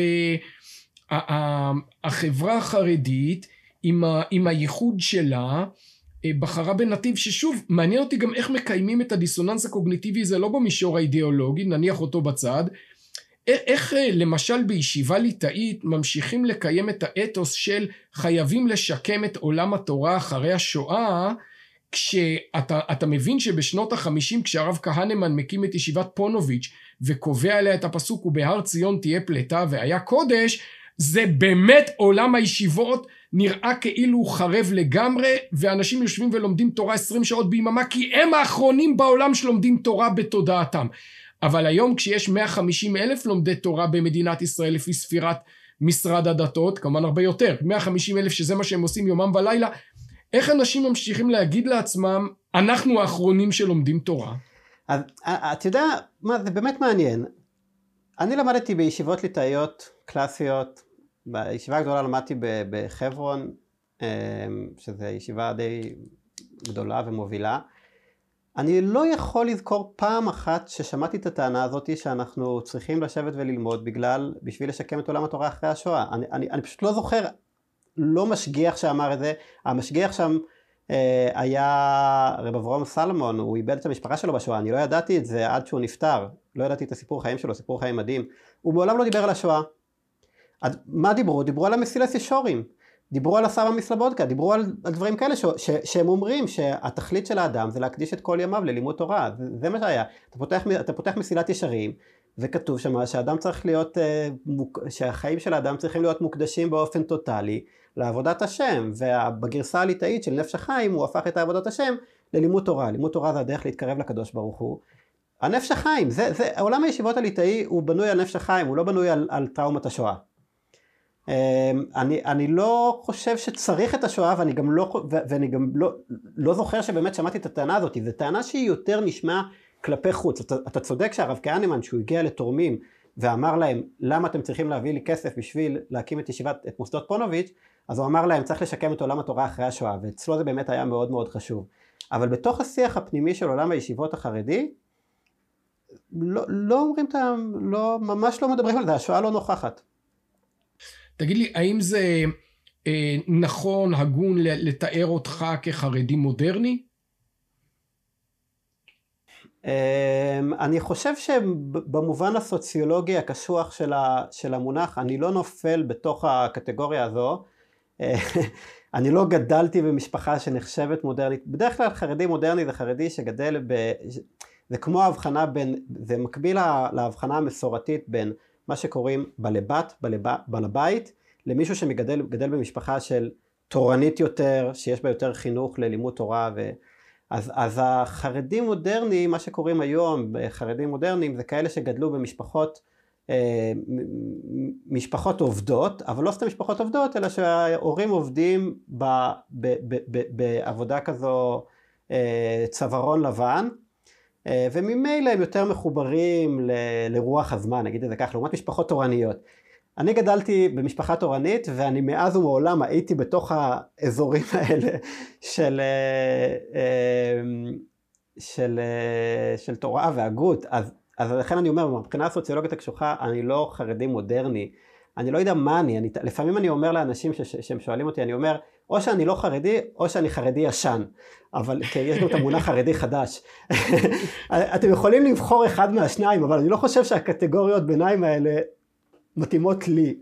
והחברה החרדית עם הייחוד שלה בחרה בנתיב ששוב מעניין אותי גם איך מקיימים את הדיסוננס הקוגניטיבי, זה לא במישור האידיאולוגי, נניח אותו בצד, איך למשל בישיבה ליטאית ממשיכים לקיים את האתוס של חייבים לשקם את עולם התורה אחרי השואה, כשאתה מבין שבשנות ה-50 כשהרב כהנמן מקים את ישיבת פונוביץ' וקובע עליה את הפסוק ובהר ציון תהיה פלטה והיה קודש, זה באמת עולם הישיבות נראה כאילו הוא חרב לגמרי, ואנשים יושבים ולומדים תורה 20 שעות ביממה כי הם האחרונים בעולם שלומדים תורה בתודעתם. אבל היום כשיש 150,000 לומדי תורה במדינת ישראל לפי ספירת משרד הדתות, כמובן הרבה יותר, 150,000 שזה מה שהם עושים יומם ולילה, איך אנשים ממשיכים להגיד לעצמם, אנחנו האחרונים שלומדים תורה? אז אתה יודע, זה באמת מעניין. אני למדתי בישיבות ליטאיות קלאסיות, בישיבה הגדולה למדתי בחברון, שזו ישיבה די גדולה ומובילה. אני לא יכול לזכור פעם אחת ששמעתי את הטענה הזאת שאנחנו צריכים לשבת וללמוד בשביל לשקם את עולם התורה אחרי השואה. אני פשוט לא זוכר, לא משגיח שאמר את זה. המשגיח שם היה רב אברהם סלומון, הוא איבד את המשפחה שלו בשואה, אני לא ידעתי את זה עד שהוא נפטר, לא ידעתי את הסיפור חיים שלו, סיפור חיים מדהים. הוא מעולם לא דיבר על השואה. מה דיברו? דיברו על המסילת ישורים, דיברו על הסבא מסלבודקה, דיברו על דברים כאלה שהם אומרים שהתכלית של האדם זה להקדיש את כל ימיו ללימוד תורה, זה מה שהיה. אתה פותח מסילת ישרים, וכתוב שמה שהאדם צריך להיות, שהחיים של האדם צריכים להיות מוקדשים באופן טוטלי לעבודת השם, ובגרסה הליטאית של נפש החיים הוא הפך את עבודת השם ללימוד תורה. לימוד תורה זה הדרך להתקרב לקדוש ברוך הוא. הנפש החיים, עולם הישיבות הליטאי הוא בנוי על נפש החיים, הוא לא בנוי על טראומת השואה. אני לא חושב שצריך את השואה, ואני גם לא זוכר שבאמת שמעתי את הטענה הזאת. זו טענה שהיא יותר נשמע כלפי חוץ. אתה צודק שהרב כהנמן, שהוא הגיע לתורמים ואמר להם, למה אתם צריכים להביא לי כסף בשביל להקים את מוסדות פונוביץ', אז הוא אמר להם, צריך לשקם את עולם התורה אחרי השואה, ואצלו זה באמת היה מאוד מאוד חשוב. אבל בתוך השיח הפנימי של עולם הישיבות החרדי, לא אומרים, ממש לא מדברים על זה, השואה לא נוכחת. תגיד לי, האם זה נכון, הגון, לתאר אותך כחרדי מודרני? אני חושב שבמובן הסוציולוגי הקשוח של המונח, אני לא נופל בתוך הקטגוריה הזו. אני לא גדלתי במשפחה שנחשבת מודרנית. בדרך כלל חרדי מודרני זה חרדי שגדל זה כמו ההבחנה זה מקביל להבחנה המסורתית בין מה שקוראים בעל הבית, למישהו שגדל במשפחה של תורנית יותר, שיש בה יותר חינוך ללימוד תורה. אז החרדים מודרניים, מה שקוראים היום חרדים מודרניים, זה כאלה שגדלו משפחות עובדות, אבל לא סתם משפחות עובדות, אלא שההורים עובדים בעבודה כזו צווארון לבן, וממילא הם יותר מחוברים לרוח הזמן, נגיד את זה כך, לעומת משפחות תורניות. אני גדלתי במשפחה תורנית, ואני מאז ומעולם הייתי בתוך האזורים האלה של תורה והגות, אז לכן אני אומר, מבחינה הסוציולוגית הקשוחה, אני לא חרדי מודרני, אני לא יודע מה לפעמים אני אומר לאנשים שהם שואלים אותי, אני אומר, או שאני לא חרדי, או שאני חרדי ישן, אבל יש גם את המונח חרדי חדש. אתם יכולים לבחור אחד מהשניים, אבל אני לא חושב שהקטגוריות ביניים האלה מתאימות לי.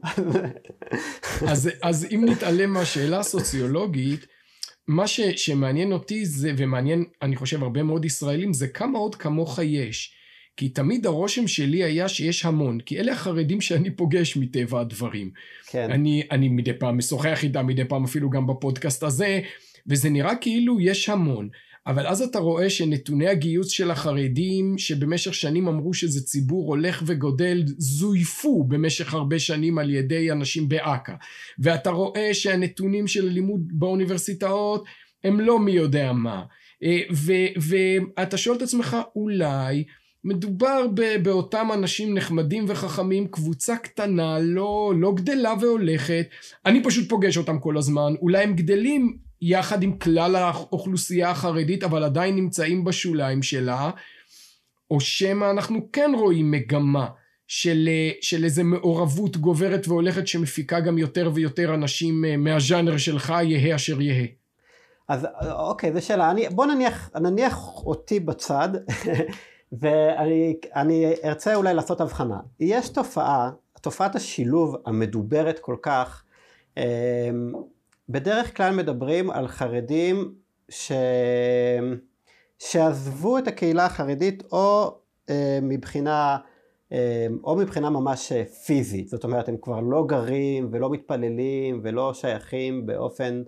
אז אם נתעלם מהשאלה הסוציולוגית, מה שמעניין אותי זה, ומעניין אני חושב הרבה מאוד ישראלים, זה כמה עוד כמוך יש. כי תמיד הרושם שלי היה שיש המון, כי אלה החרדים שאני פוגש מטבע הדברים. כן. אני מדי פעם משוחח איתם, מדי פעם אפילו גם בפודקאסט הזה, וזה נראה כאילו יש המון. אבל אז אתה רואה שנתוני הגיוס של החרדים, שבמשך שנים אמרו שזה ציבור הולך וגודל, זויפו במשך הרבה שנים על ידי אנשים באקה. ואתה רואה שהנתונים של הלימוד באוניברסיטאות, הם לא מי יודע מה. ואתה שואל את עצמך, אולי מדובר באותם אנשים נחמדים וחכמים, קבוצה קטנה, לא גדלה והולכת, אני פשוט פוגש אותם כל הזמן, אולי הם גדלים יחד עם כלל האוכלוסייה החרדית, אבל עדיין נמצאים בשוליים שלה, או שמה אנחנו כן רואים מגמה של איזה מעורבות גוברת והולכת, שמפיקה גם יותר ויותר אנשים מהז'אנר שלך, יהה אשר יהה. אז אוקיי, זו שאלה, בוא נניח אותי בצד, ואני ארצה אולי לעשות הבחנה. יש תופעת השילוב המדוברת כל כך, בדרך כלל מדברים על חרדים שעזבו את הקהילה החרדית או מבחינה ממש פיזית. זאת אומרת, הם כבר לא גרים ולא מתפללים ולא שייכים באופן,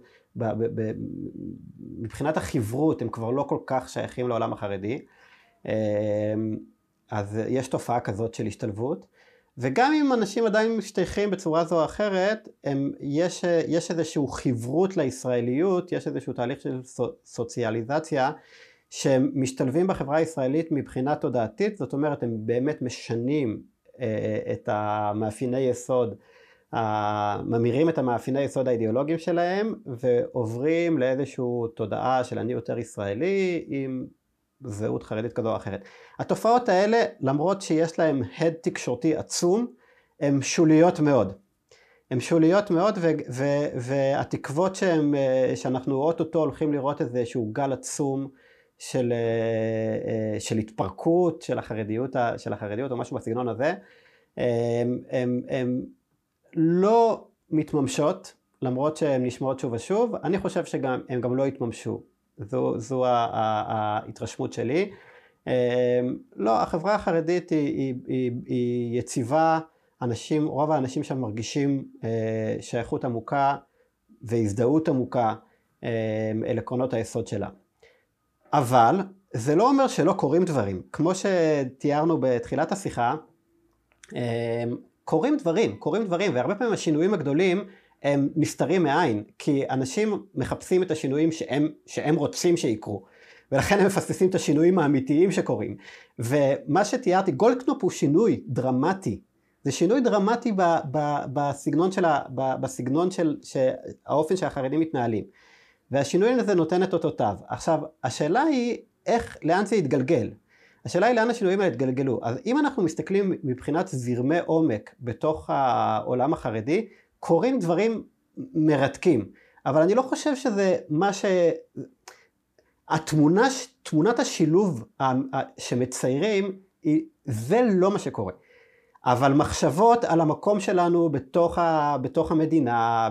מבחינת החברות הם כבר לא כל כך שייכים לעולם החרדי. אז יש תופעה כזאת של השתלבות, וגם אם אנשים עדיין משתייכים בצורה זו או אחרת, יש איזשהו חברות לישראליות, יש איזשהו תהליך של סוציאליזציה, שמשתלבים בחברה הישראלית מבחינה תודעתית, זאת אומרת הם באמת משנים את המאפייני יסוד, ממירים את המאפייני יסוד האידיאולוגיים שלהם, ועוברים לאיזשהו תודעה של אני יותר ישראלי, עם זהות חרדית כזו או אחרת. התופעות האלה, למרות שיש להם הד תקשורתי עצום, הן שוליות מאוד. הן שוליות מאוד, והתקוות שאנחנו אוטוטו הולכים לראות איזשהו גל עצום של התפרקות של החרדיות או משהו בסגנון הזה, הן לא מתממשות, למרות שהן נשמעות שוב ושוב. אני חושב שהן גם לא יתממשו. זו ההתרשמות שלי. לא, החברה החרדית היא יציבה, רוב האנשים שם מרגישים שייכות עמוקה והזדהות עמוקה אל עקרונות היסוד שלה. אבל זה לא אומר שלא קורים דברים. כמו שתיארנו בתחילת השיחה, קורים דברים, והרבה פעמים השינויים הגדולים הם נסתרים מעין, כי אנשים מחפשים את השינויים שהם רוצים שיקרו, ולכן הם מפספסים את השינויים האמיתיים שקורים. ומה שתיארתי, גולדקנופ הוא שינוי דרמטי, זה שינוי דרמטי בסגנון של האופן שהחרדים מתנהלים, והשינוי הזה נותן את אותותיו. עכשיו, השאלה היא לאן זה יתגלגל? השאלה היא לאן השינויים האלה יתגלגלו. אז אם אנחנו מסתכלים מבחינת זרמי עומק בתוך העולם החרדי, קורים דברים מרתקים, אבל אני לא חושב שזה מה תמונת השילוב שמציירים, זה לא מה שקורה. אבל מחשבות על המקום שלנו בתוך המדינה,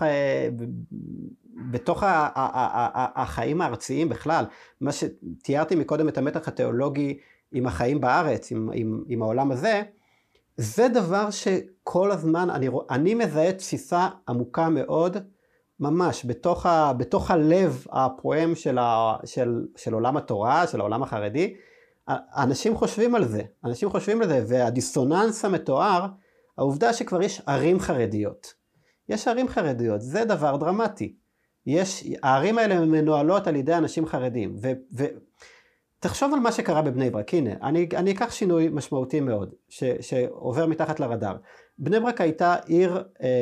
בתוך החיים הארציים בכלל, מה שתיארתי מקודם את המתח התיאולוגי עם החיים בארץ, עם העולם הזה, זה דבר שכל הזמן אני מזהה תפיסה עמוקה מאוד, ממש בתוך הלב הפועם של עולם התורה, של העולם החרדי. אנשים חושבים על זה, והדיסוננס המתואר, העובדה שכבר יש ערים חרדיות. זה דבר דרמטי. הערים האלה מנוהלות על ידי אנשים חרדים, תחשוב על מה שקרה בבני ברק, הנה, אני אקח שינוי משמעותי מאוד, שעובר מתחת לרדאר. בני ברק הייתה עיר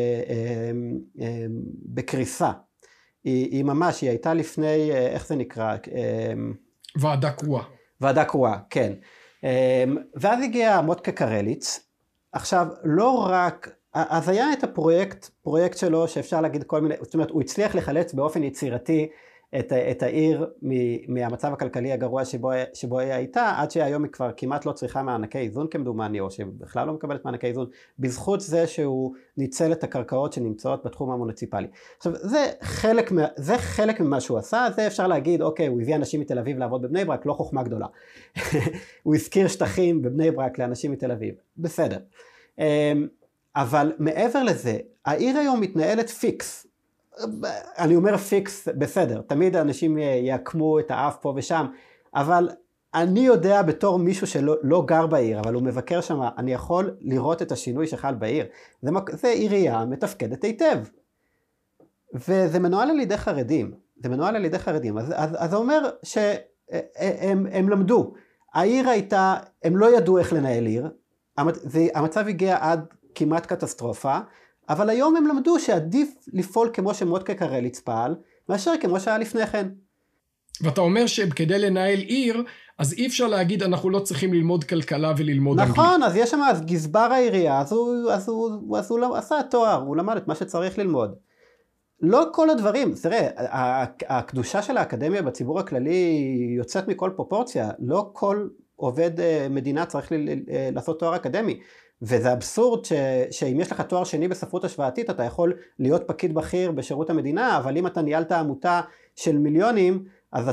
בקריסה, היא ממש, היא הייתה לפני, איך זה נקרא? ועדה קרואה. ועדה קרואה, כן. ואז הגיע מוטקה קרליץ, עכשיו לא רק, אז היה את הפרויקט שלו שאפשר להגיד כל מיני, זאת אומרת הוא הצליח לחלץ באופן יצירתי את העיר מהמצב הכלכלי הגרוע שבו היא הייתה, עד שהיום היא כבר כמעט לא צריכה מענקי איזון כמדומני, או שבכלל לא מקבלת מענקי איזון, בזכות זה שהוא ניצל את הקרקעות שנמצאות בתחום המוניציפלי. עכשיו זה חלק ממה שהוא עשה, זה אפשר להגיד, אוקיי, הוא הביא אנשים מתל אביב לעבוד בבני ברק, לא חוכמה גדולה. הוא הזכיר שטחים בבני ברק לאנשים מתל אביב, בסדר. אבל מעבר לזה, העיר היום מתנהלת פיקס, אני אומר פיקס בסדר, תמיד האנשים יעקמו את האף פה ושם, אבל אני יודע בתור מישהו שלא גר בעיר, אבל הוא מבקר שם, אני יכול לראות את השינוי שחל בעיר. זה עירייה מתפקדת היטב. וזה מנוהל על ידי חרדים, אז זה אומר שהם למדו. העיר הייתה, הם לא ידעו איך לנהל עיר, המצב הגיע עד כמעט קטסטרופה, אבל היום הם למדו שעדיף לפעול כמו שמוטקה קרליץ פעל, מאשר כמו שהיה לפני כן. ואתה אומר שכדי לנהל עיר, אז אי אפשר להגיד אנחנו לא צריכים ללמוד כלכלה וללמוד אנגלית. נכון, אז יש שם גזבר העירייה, אז הוא עשה תואר, הוא למד את מה שצריך ללמוד. לא כל הדברים, תראה, הקדושה של האקדמיה בציבור הכללי יוצאת מכל פרופורציה, לא כל עובד מדינה צריך לעשות תואר אקדמי. וזה אבסורד שאם יש לך תואר שני בספרות השוואתית, אתה יכול להיות פקיד בכיר בשירות המדינה, אבל אם אתה ניהלת עמותה של מיליונים, אז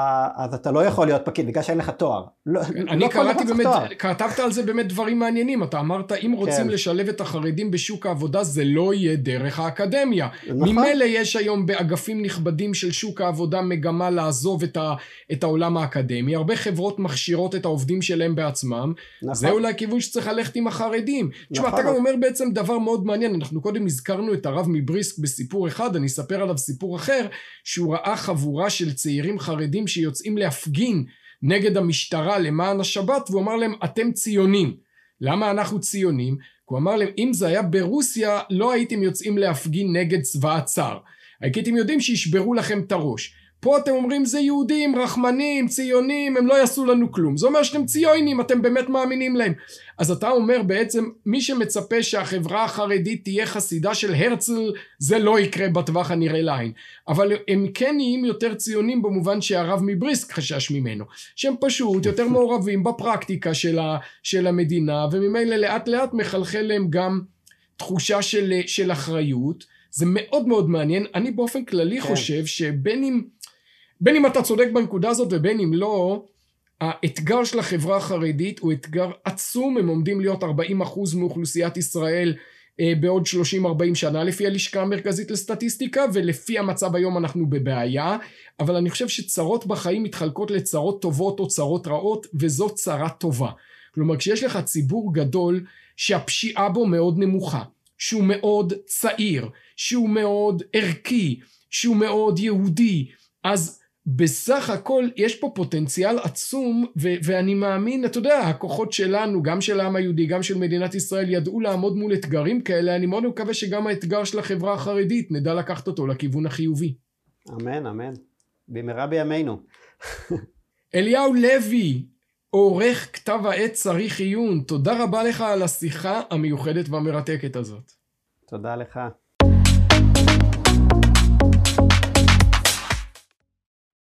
אתה לא יכול להיות פקיד, בגלל שאין לך תואר. אני קראתי באמת, כתבת על זה באמת דברים מעניינים, אתה אמרת, אם רוצים לשלב את החרדים בשוק העבודה, זה לא יהיה דרך האקדמיה. ממילא יש היום באגפים נכבדים של שוק העבודה מגמה לעזוב את העולם האקדמי, הרבה חברות מכשירות את העובדים שלהם בעצמם, זה אולי כיוון שצריך ללכת עם החרדים. תשמע, אתה גם אומר בעצם דבר מאוד מעניין, אנחנו קודם הזכרנו את הרב מבריסק בסיפור אחד, אני אספר עליו סיפור אחר, שהוא ראה חבורה של צעירים חרדים שיוצאים להפגין נגד המשטרה למען השבת, והוא אמר להם, אתם ציונים. למה אנחנו ציונים? הוא אמר להם, אם זה היה ברוסיה, לא הייתם יוצאים להפגין נגד צבא הצאר. הייתם יודעים שישברו לכם את הראש. פה אתם אומרים, זה יהודים, רחמנים, ציונים, הם לא יעשו לנו כלום. זה אומר שאתם ציונים, אתם באמת מאמינים להם. אז אתה אומר בעצם, מי שמצפה שהחברה החרדית תהיה חסידה של הרצל, זה לא יקרה בטווח הנראה לעין. אבל הם כן נהיים יותר ציונים במובן שהרב מבריסק חשש ממנו. שהם פשוט יותר מעורבים בפרקטיקה של המדינה, וממילא לאט לאט מחלחל להם גם תחושה של אחריות. זה מאוד מאוד מעניין. אני באופן כללי חושב שבין אם אתה צודק בנקודה הזאת ובין אם לא, האתגר של החברה החרדית הוא אתגר עצום, הם עומדים להיות 40% מאוכלוסיית ישראל בעוד 30-40 שנה לפי הלשכה המרכזית לסטטיסטיקה, ולפי המצב היום אנחנו בבעיה, אבל אני חושב שצרות בחיים מתחלקות לצרות טובות או צרות רעות, וזו צרה טובה. כלומר, כשיש לך ציבור גדול שהפשיעה בו מאוד נמוכה, שהוא מאוד צעיר, שהוא מאוד ערכי, שהוא מאוד יהודי, אז בסך הכל יש פה פוטנציאל עצום, ואני מאמין, אתה יודע, הכוחות שלנו, גם של העם היהודי, גם של מדינת ישראל, ידעו לעמוד מול אתגרים כאלה. אני מאוד מקווה שגם האתגר של החברה החרדית, נדע לקחת אותו לכיוון החיובי. אמן, אמן. במהרה בימינו. אליהו לוי, עורך כתב העת צריך עיון, תודה רבה לך על השיחה המיוחדת והמרתקת הזאת. תודה לך.